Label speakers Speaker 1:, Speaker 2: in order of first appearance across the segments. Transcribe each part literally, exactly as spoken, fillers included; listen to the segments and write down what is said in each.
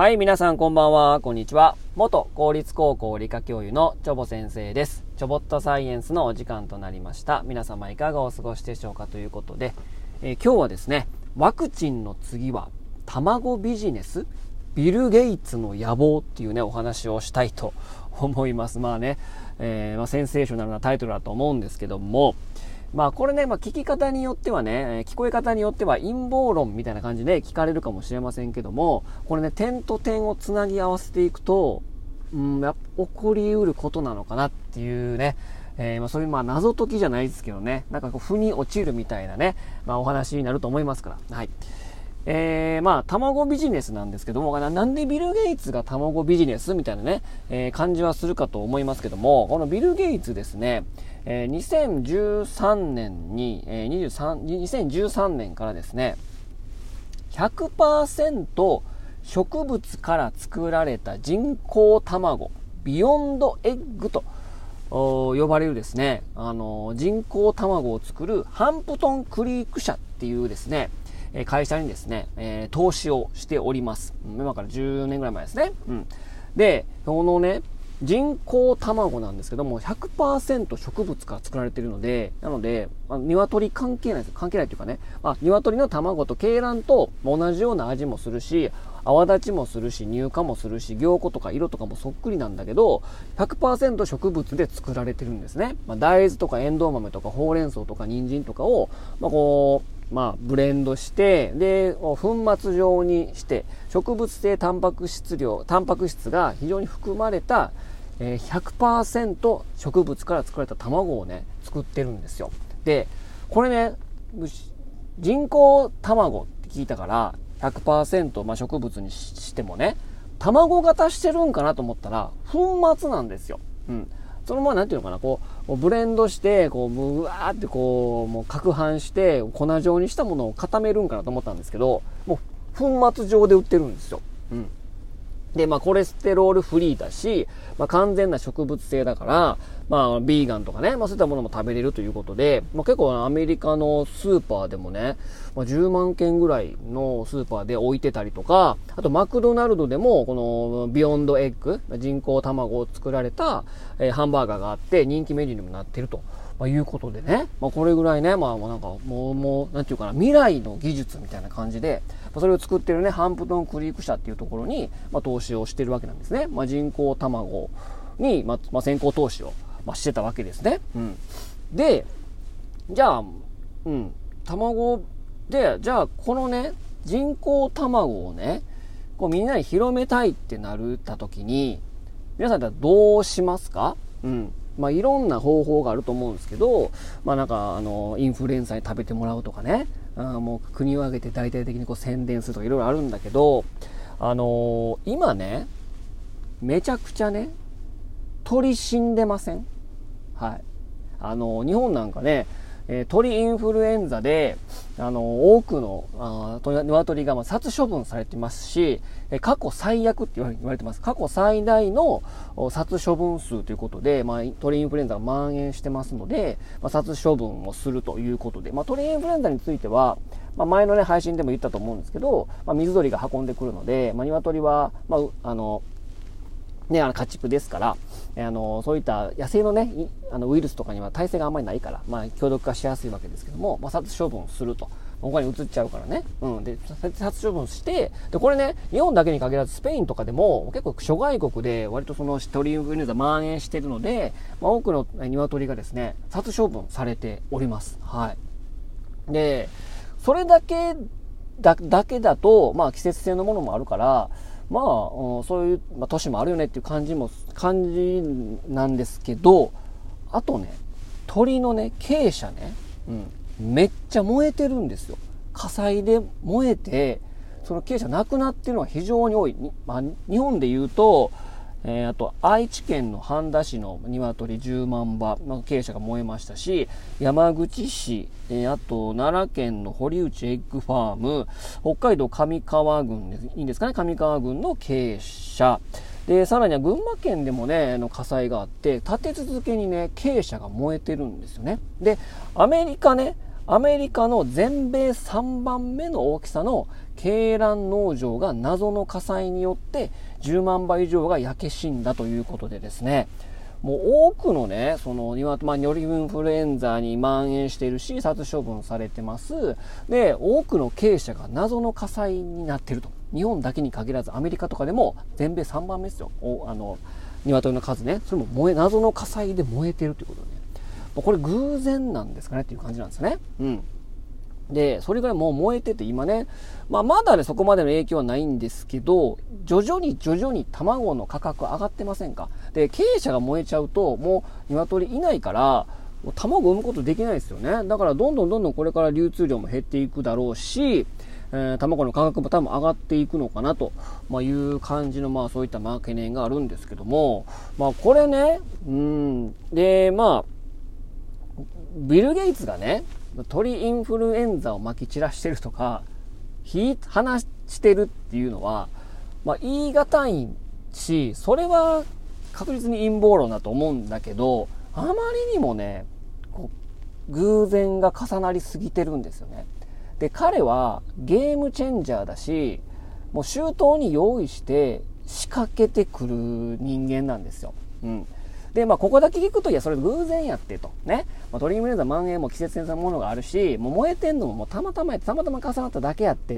Speaker 1: はい、皆さんこんばんは、こんにちは。元公立高校理科教諭のチョボ先生です。チョボットサイエンスのお時間となりました。皆様いかがお過ごしでしょうかということで、えー、今日はですね、ワクチンの次は卵ビジネス？ビル・ゲイツの野望っていうね、お話をしたいと思います。まあね、えーまあ、センセーショナルなタイトルだと思うんですけども、まあこれね、まあ聞き方によってはね、聞こえ方によっては陰謀論みたいな感じで聞かれるかもしれませんけども、これね、点と点をつなぎ合わせていくと、うん、やっぱ起こりうることなのかなっていうね、えー、まあそういうまあ謎解きじゃないですけどね、なんかこう腑に落ちるみたいなね、まあお話になると思いますから。はい。えー、まあ卵ビジネスなんですけども、なんでビル・ゲイツが卵ビジネスみたいなね、えー、感じはするかと思いますけども、このビル・ゲイツですね、えー、にせんじゅうさんねんに、えー、にじゅうさん、にせんじゅうさんねんからですね、ひゃくパーセント 植物から作られた人工卵、ビヨンドエッグと呼ばれるですね、あのー、人工卵を作るハンプトンクリーク社っていうですね、会社にですね、えー、投資をしております。今からじゅうねんぐらい前ですね。うん。で、このね、人工卵なんですけども ひゃくパーセント 植物から作られているので、なので、まあ、鶏関係ないです。関係ないというかね、まあ、鶏の卵と鶏卵と同じような味もするし、泡立ちもするし、乳化もするし、凝固とか色とかもそっくりなんだけど、ひゃくパーセント 植物で作られてるんですね。まあ、大豆とかエンドウ豆とかほうれん草とか人参とかを、まあ、こう、まあ、ブレンドして、で、粉末状にして、植物性タンパク質量、タンパク質が非常に含まれた、えー、ひゃくパーセント 植物から作られた卵をね、作ってるんですよ。で、これね、人工卵って聞いたから、ひゃくパーセント、まあ、植物にしてもね、卵型してるんかなと思ったら、粉末なんですよ。うん。そのままなんていうのかな、こう、ブレンドして、こう、うわーってこう、もう攪拌して、粉状にしたものを固めるんかなと思ったんですけど、もう、粉末状で売ってるんですよ。うん。で、まあ、コレステロールフリーだし、まあ、完全な植物性だから、まあ、ビーガンとかね、まあ、そういったものも食べれるということで、まあ、結構アメリカのスーパーでもね、まあ、じゅうまんけんぐらいのスーパーで置いてたりとか、あとマクドナルドでも、このビヨンドエッグ、人工卵を作られた、えー、ハンバーガーがあって人気メニューにもなっていると。まあ、いうことでね、まあ、これぐらいね、まあ、もうなんか、もう、もう、なんていうかな、未来の技術みたいな感じで、まあ、それを作ってるね、ハンプトンクリーク社っていうところに、まあ、投資をしてるわけなんですね。まあ、人工卵に、まあ、まあ、先行投資を、まあ、してたわけですね。うん。で、じゃあ、うん、卵で、じゃあ、このね、人工卵をね、こうみんなに広めたいってなるた時に、皆さんだったらどうしますか？うん。まあ、いろんな方法があると思うんですけど、まあ、なんか、あの、インフルエンサーに食べてもらうとかね、あもう国を挙げて大々的にこう宣伝するとかいろいろあるんだけど、あのー、今ね、めちゃくちゃね、鳥死んでません？はい。あのー、日本なんかね、えー、鳥インフルエンザで、あのー、多くのあ鶏がまあ殺処分されてますし、えー、過去最悪って言われ、言われてます。過去最大の殺処分数ということで、まあ、鳥インフルエンザが蔓延してますので、まあ、殺処分をするということで、まあ、鳥インフルエンザについては、まあ、前のね、配信でも言ったと思うんですけど、まあ、水鳥が運んでくるので、まあ、鶏は、まあ、あの、ね、あの家畜ですから、あのそういった野生のね、あのウイルスとかには耐性があんまりないから、まあ、強毒化しやすいわけですけども、まあ、殺処分すると。他に移っちゃうからね。うん。で、殺処分して、で、これね、日本だけに限らずスペインとかでも、結構諸外国で割とその鳥インフルエンザ蔓延しているので、まあ、多くの鶏がですね、殺処分されております。はい。で、それだけだ、だけだと、まあ、季節性のものもあるから、まあ、うん、そういう、まあ、都市もあるよねっていう感じも、感じなんですけど、あとね、鳥のね、鶏舎ね、うん、めっちゃ燃えてるんですよ。火災で燃えて、その鶏舎なくなってるのは非常に多い。まあ、日本で言うと、えー、あと愛知県の半田市の鶏じゅうまんばの鶏舎が燃えましたし、山口市、えー、あと奈良県の堀内エッグファーム、北海道上川郡でいいんですかね、上川郡の鶏舎で、さらには群馬県でもね、の火災があって、立て続けにね、鶏舎が燃えてるんですよね。で、アメリカね、 アメリカの全米さんばんめの大きさの鶏卵農場が謎の火災によってじゅうまんばい以上が焼け死んだということでですね、もう多くのね、その、まあ、鳥インフルエンザに蔓延しているし、殺処分されてます。で、多くの鶏舎が謎の火災になっていると。日本だけに限らず、アメリカとかでも全米さんばんめですよ。おあの、鶏の数ね。それも燃え、謎の火災で燃えてるということで、ね。これ偶然なんですかねっていう感じなんですよね。うん。で、それぐらいもう燃えてて今ね、まあまだねそこまでの影響はないんですけど、徐々に徐々に卵の価格上がってませんか。で、鶏舎が燃えちゃうともう鶏いないから、卵を産むことできないですよね。だからどんどんどんどんこれから流通量も減っていくだろうし、えー、卵の価格も多分上がっていくのかなと、まあ、いう感じの、まあそういったまあ懸念があるんですけども、まあこれね、うん、で、まあ、ビル・ゲイツがね、鳥インフルエンザを撒き散らしてるとか、ひ話してるっていうのは、まあ言い難いし、それは確実に陰謀論だと思うんだけど、あまりにもね、こう偶然が重なりすぎてるんですよね。で、彼はゲームチェンジャーだし、もう周到に用意して仕掛けてくる人間なんですよ。うん。で、まあ、ここだけ聞くと、いや、それ偶然やってと。ね。まあ、鳥インフルエンザ蔓延も季節性のものがあるし、もう燃えてんのももうたまたまやって、たまたま重なっただけやってって、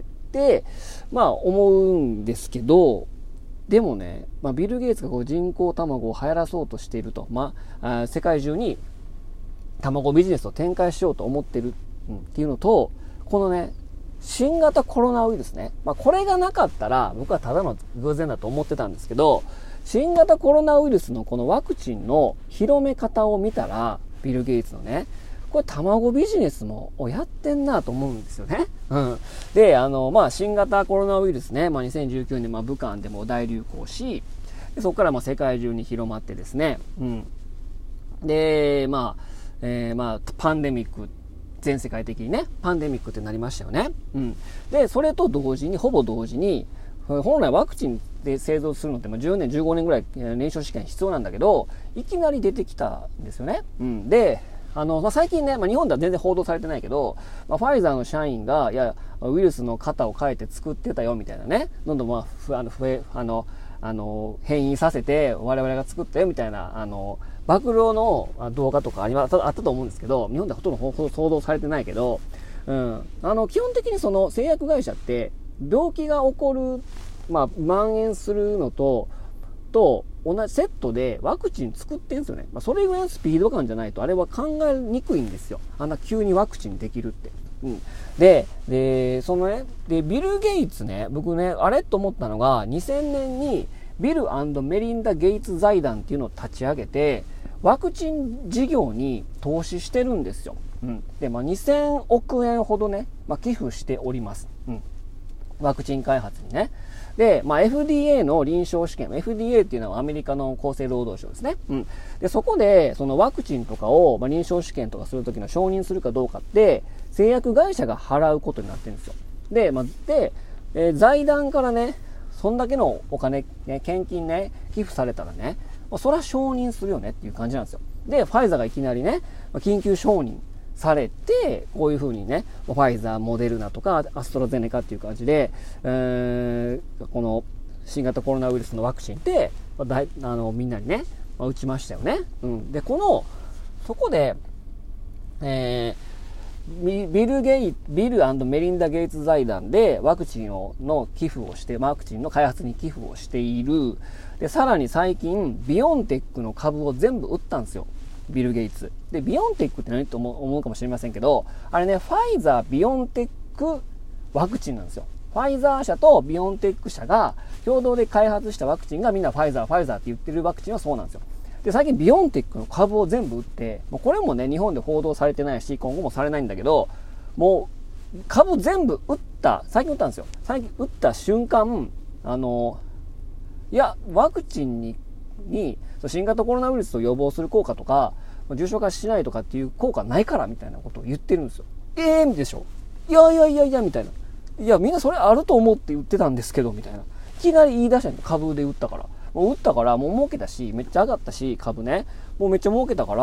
Speaker 1: まあ、思うんですけど、でもね、まあ、ビル・ゲイツがこう人工卵を流行らそうとしていると。まあ、あ世界中に卵ビジネスを展開しようと思ってる、うん、っていうのと、このね、新型コロナウイルスね。まあ、これがなかったら、僕はただの偶然だと思ってたんですけど、新型コロナウイルスのこのワクチンの広め方を見たら、ビル・ゲイツのね、これ卵ビジネスもやってんなと思うんですよね。うん。で、あの、まあ、新型コロナウイルスね、まあ、にせんじゅうきゅうねん、まあ、武漢でも大流行し、でそこからまあ世界中に広まってですね、うん。で、まあ、えー、まあ、パンデミック、全世界的にね、パンデミックってなりましたよね。うん。で、それと同時に、ほぼ同時に、本来ワクチンで製造するのってじゅうねんじゅうごねんぐらい臨床試験必要なんだけど、いきなり出てきたんですよね。うん、で、あの、まあ、最近ね、まあ、日本では全然報道されてないけど、まあ、ファイザーの社員が、いや、ウイルスの型を変えて作ってたよみたいなね、どんどんまあ、あの、増え、あの、あの、変異させて我々が作ったよみたいな、あの、暴露の動画とかありま、あったと思うんですけど、日本ではほとんど報道されてないけど、うん、あの、基本的にその製薬会社って、病気が起こる、まあ、蔓延するのと、と、同じセットでワクチン作ってんすよね。まあ、それぐらいのスピード感じゃないと、あれは考えにくいんですよ。あんな急にワクチンできるって。うん。で、で、そのね、で、ビル・ゲイツね、僕ね、あれと思ったのが、にせんねんにビル&メリンダ・ゲイツ財団っていうのを立ち上げて、ワクチン事業に投資してるんですよ。うん。で、まあ、にせんおくえんほどね、まあ、寄付しております。うん。ワクチン開発にね。で、まあ、エフディーエー の臨床試験、エフディーエー っていうのはアメリカの厚生労働省ですね。うん。で、そこで、そのワクチンとかを、まあ、臨床試験とかするときの承認するかどうかって、製薬会社が払うことになってるんですよ。で、まあ、で、えー、財団からね、そんだけのお金、ね、献金ね、寄付されたらね、まあ、それは承認するよねっていう感じなんですよ。で、ファイザーがいきなりね、まあ、緊急承認されて、こういう風にね、ファイザー、モデルナとかアストラゼネカっていう感じで、えー、この新型コロナウイルスのワクチンって、だいあのみんなにね、まあ、打ちましたよね。うん。で、この、そこで、えー、ビル・ゲイ、ビル&メリンダ・ゲイツ財団でワクチンをの寄付をして、ワクチンの開発に寄付をしている。で、さらに最近、ビオンテックの株を全部売ったんですよ。ビル・ゲイツ。で、ビオンテックって何と思うかもしれませんけど、あれね、ファイザー、ビオンテックワクチンなんですよ。ファイザー社とビオンテック社が共同で開発したワクチンがみんなファイザー、ファイザーって言ってるワクチンはそうなんですよ。で、最近ビオンテックの株を全部売って、もうこれもね、日本で報道されてないし、今後もされないんだけど、もう株全部売った、最近売ったんですよ。最近売った瞬間、あの、いや、ワクチンに、に新型コロナウイルスを予防する効果とか、重症化しないとかっていう効果ないからみたいなことを言ってるんですよ。えーでしょ。いやいやいやいやみたいな。いやみんなそれあると思って言ってたんですけどみたいな。いきなり言い出したの。株で売ったから。もう売ったからもう儲けたし、めっちゃ上がったし、株ね。もうめっちゃ儲けたから、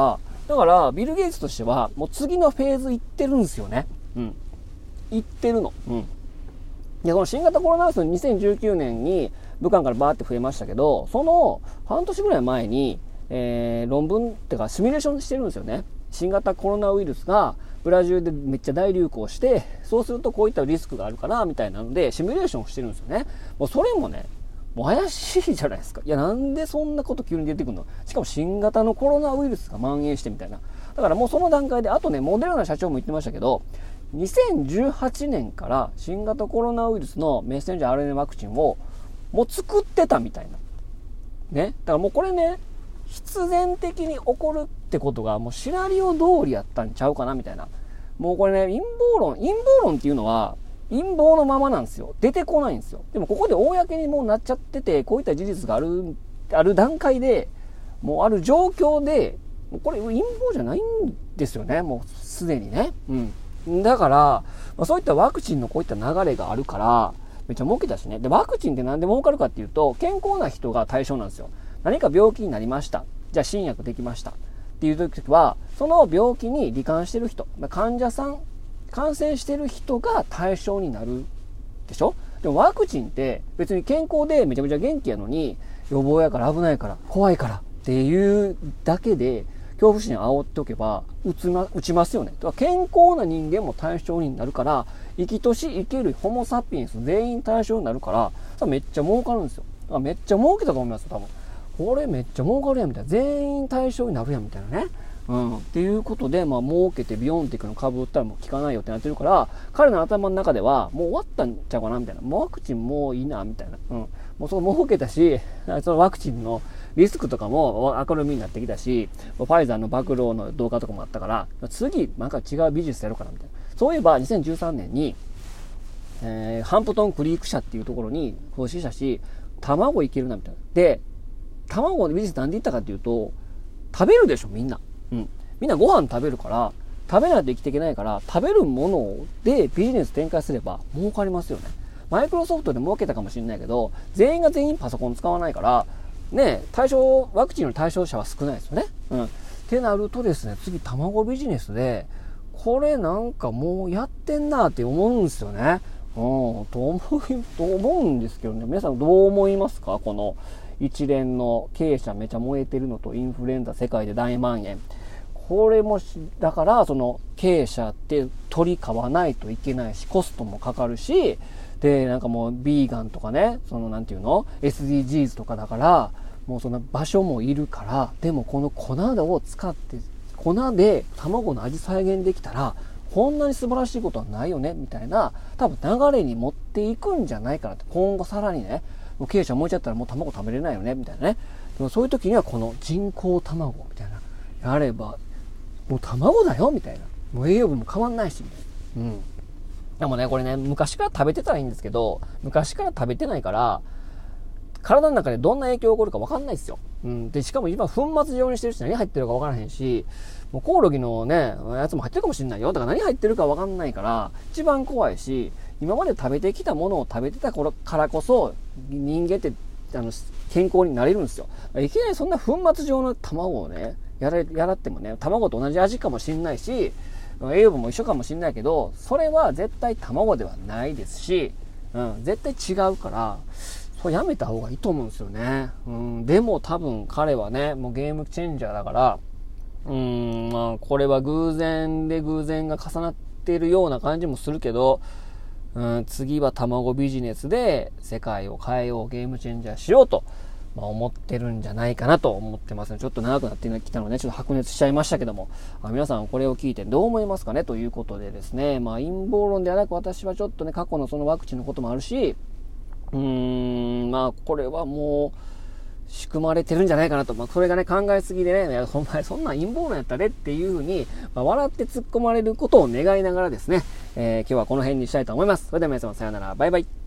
Speaker 1: だから、ビル・ゲイツとしては、もう次のフェーズ行ってるんですよね。うん。行ってるの。うん。で、この新型コロナウイルスのにせんじゅうきゅうねんに武漢からバーって増えましたけど、その半年ぐらい前に、えー、論文ってかシミュレーションしてるんですよね。新型コロナウイルスがブラジルでめっちゃ大流行して、そうするとこういったリスクがあるからみたいなのでシミュレーションをしてるんですよね。もうそれもね、もう怪しいじゃないですか。いや、なんでそんなこと急に出てくるの？しかも新型のコロナウイルスが蔓延してみたいな。だからもうその段階で、あとね、モデルナ社長も言ってましたけど、にせんじゅうはちねんから新型コロナウイルスのメッセンジャー アールエヌエー ワクチンをもう作ってたみたいな。ね。だからもうこれね、必然的に起こるってことがもうシナリオ通りやったんちゃうかなみたいな。もうこれね、陰謀論、陰謀論っていうのは陰謀のままなんですよ。出てこないんですよ。でもここで公にもうなっちゃってて、こういった事実がある、ある段階で、もうある状況で、もうこれ陰謀じゃないんですよね。もうすでにね。うん。だから、まあ、そういったワクチンのこういった流れがあるから、めっちゃ儲けたしね。で、ワクチンってなんで儲かるかっていうと、健康な人が対象なんですよ。何か病気になりました。じゃあ新薬できました。っていう時は、その病気に罹患してる人、患者さん、感染してる人が対象になるでしょ。でもワクチンって別に健康でめちゃめちゃ元気やのに、予防やから危ないから怖いからっていうだけで恐怖心煽っておけば打つ、ま、打ちますよね。だから健康な人間も対象になるから、生きとし生けるホモサピエンス全員対象になるから、それめっちゃ儲かるんですよ。だからめっちゃ儲けたと思いますよ、多分。これめっちゃ儲かるやんみたいな。全員対象になるやんみたいなね。うん。っていうことで、まあ、儲けてビヨンテックの株売ったらもう効かないよってなってるから、彼の頭の中では、もう終わったんちゃうかなみたいな。もうワクチンもういいな、みたいな。うん。もうその儲けたし、そのワクチンのリスクとかも明るみになってきたし、ファイザーの暴露の動画とかもあったから、次、なんか違うビジネスやろうかな、みたいな。そういえば、にせんじゅうさんねんに、えー、ハンプトンクリーク社っていうところに投資したし、卵いけるな、みたいな。で、卵のビジネスなんで言ったかっていうと、食べるでしょ、みんな。うん。みんなご飯食べるから、食べないと生きていけないから、食べるものでビジネス展開すれば儲かりますよね。マイクロソフトで儲けたかもしれないけど、全員が全員パソコン使わないから、ね、対象、ワクチンの対象者は少ないですよね。うん。ってなるとですね、次卵ビジネスで、これなんかもうやってんなって思うんですよね。うん、と思う、と思うんですけどね。皆さんどう思いますか？この一連の経営者めちゃ燃えてるのとインフルエンザ世界で大蔓延。これもし、だからその経営者って取り買わないといけないし、コストもかかるし、で、なんかもうビーガンとかね、そのなんていうの エスディージーズ とかだから、もうその場所もいるから、でもこの粉を使って、粉で卵の味再現できたら、こんなに素晴らしいことはないよねみたいな、多分流れに持っていくんじゃないかなって。今後さらにね、もう経営者燃えちゃったらもう卵食べれないよねみたいなね。でもそういう時にはこの人工卵みたいなやれば、もう卵だよみたいな。もう栄養分も変わんないしみたいな。うん。でもね、これね、昔から食べてたらいいんですけど、昔から食べてないから、体の中でどんな影響が起こるか分かんないですよ。うん。で、しかも今粉末状にしてるし何入ってるか分からへんし、もうコオロギのね、やつも入ってるかもしれないよ。だから何入ってるか分かんないから、一番怖いし、今まで食べてきたものを食べてた頃からこそ、人間って、あの、健康になれるんですよ。いきなりそんな粉末状の卵をね、やら、やらってもね、卵と同じ味かもしれないし、栄養分も一緒かもしれないけど、それは絶対卵ではないですし、うん、絶対違うから、それやめた方がいいと思うんですよね。うん、でも多分彼はね、もうゲームチェンジャーだから、うーん、まあ、これは偶然で偶然が重なっているような感じもするけど、うん、次は卵ビジネスで世界を変えよう、ゲームチェンジャーしようと、まあ、思ってるんじゃないかなと思ってますね。ちょっと長くなってきたので、ちょっと白熱しちゃいましたけども、あ、皆さんこれを聞いてどう思いますかねということでですね、まあ、陰謀論ではなく私はちょっとね、過去のそのワクチンのこともあるし、うーん、まあ、これはもう、仕組まれてるんじゃないかなと。まあ、それがね、考えすぎでね、お前そんな陰謀論やったでっていうふうに、まあ、笑って突っ込まれることを願いながらですね、えー、今日はこの辺にしたいと思います。それでは皆様さようなら。バイバイ。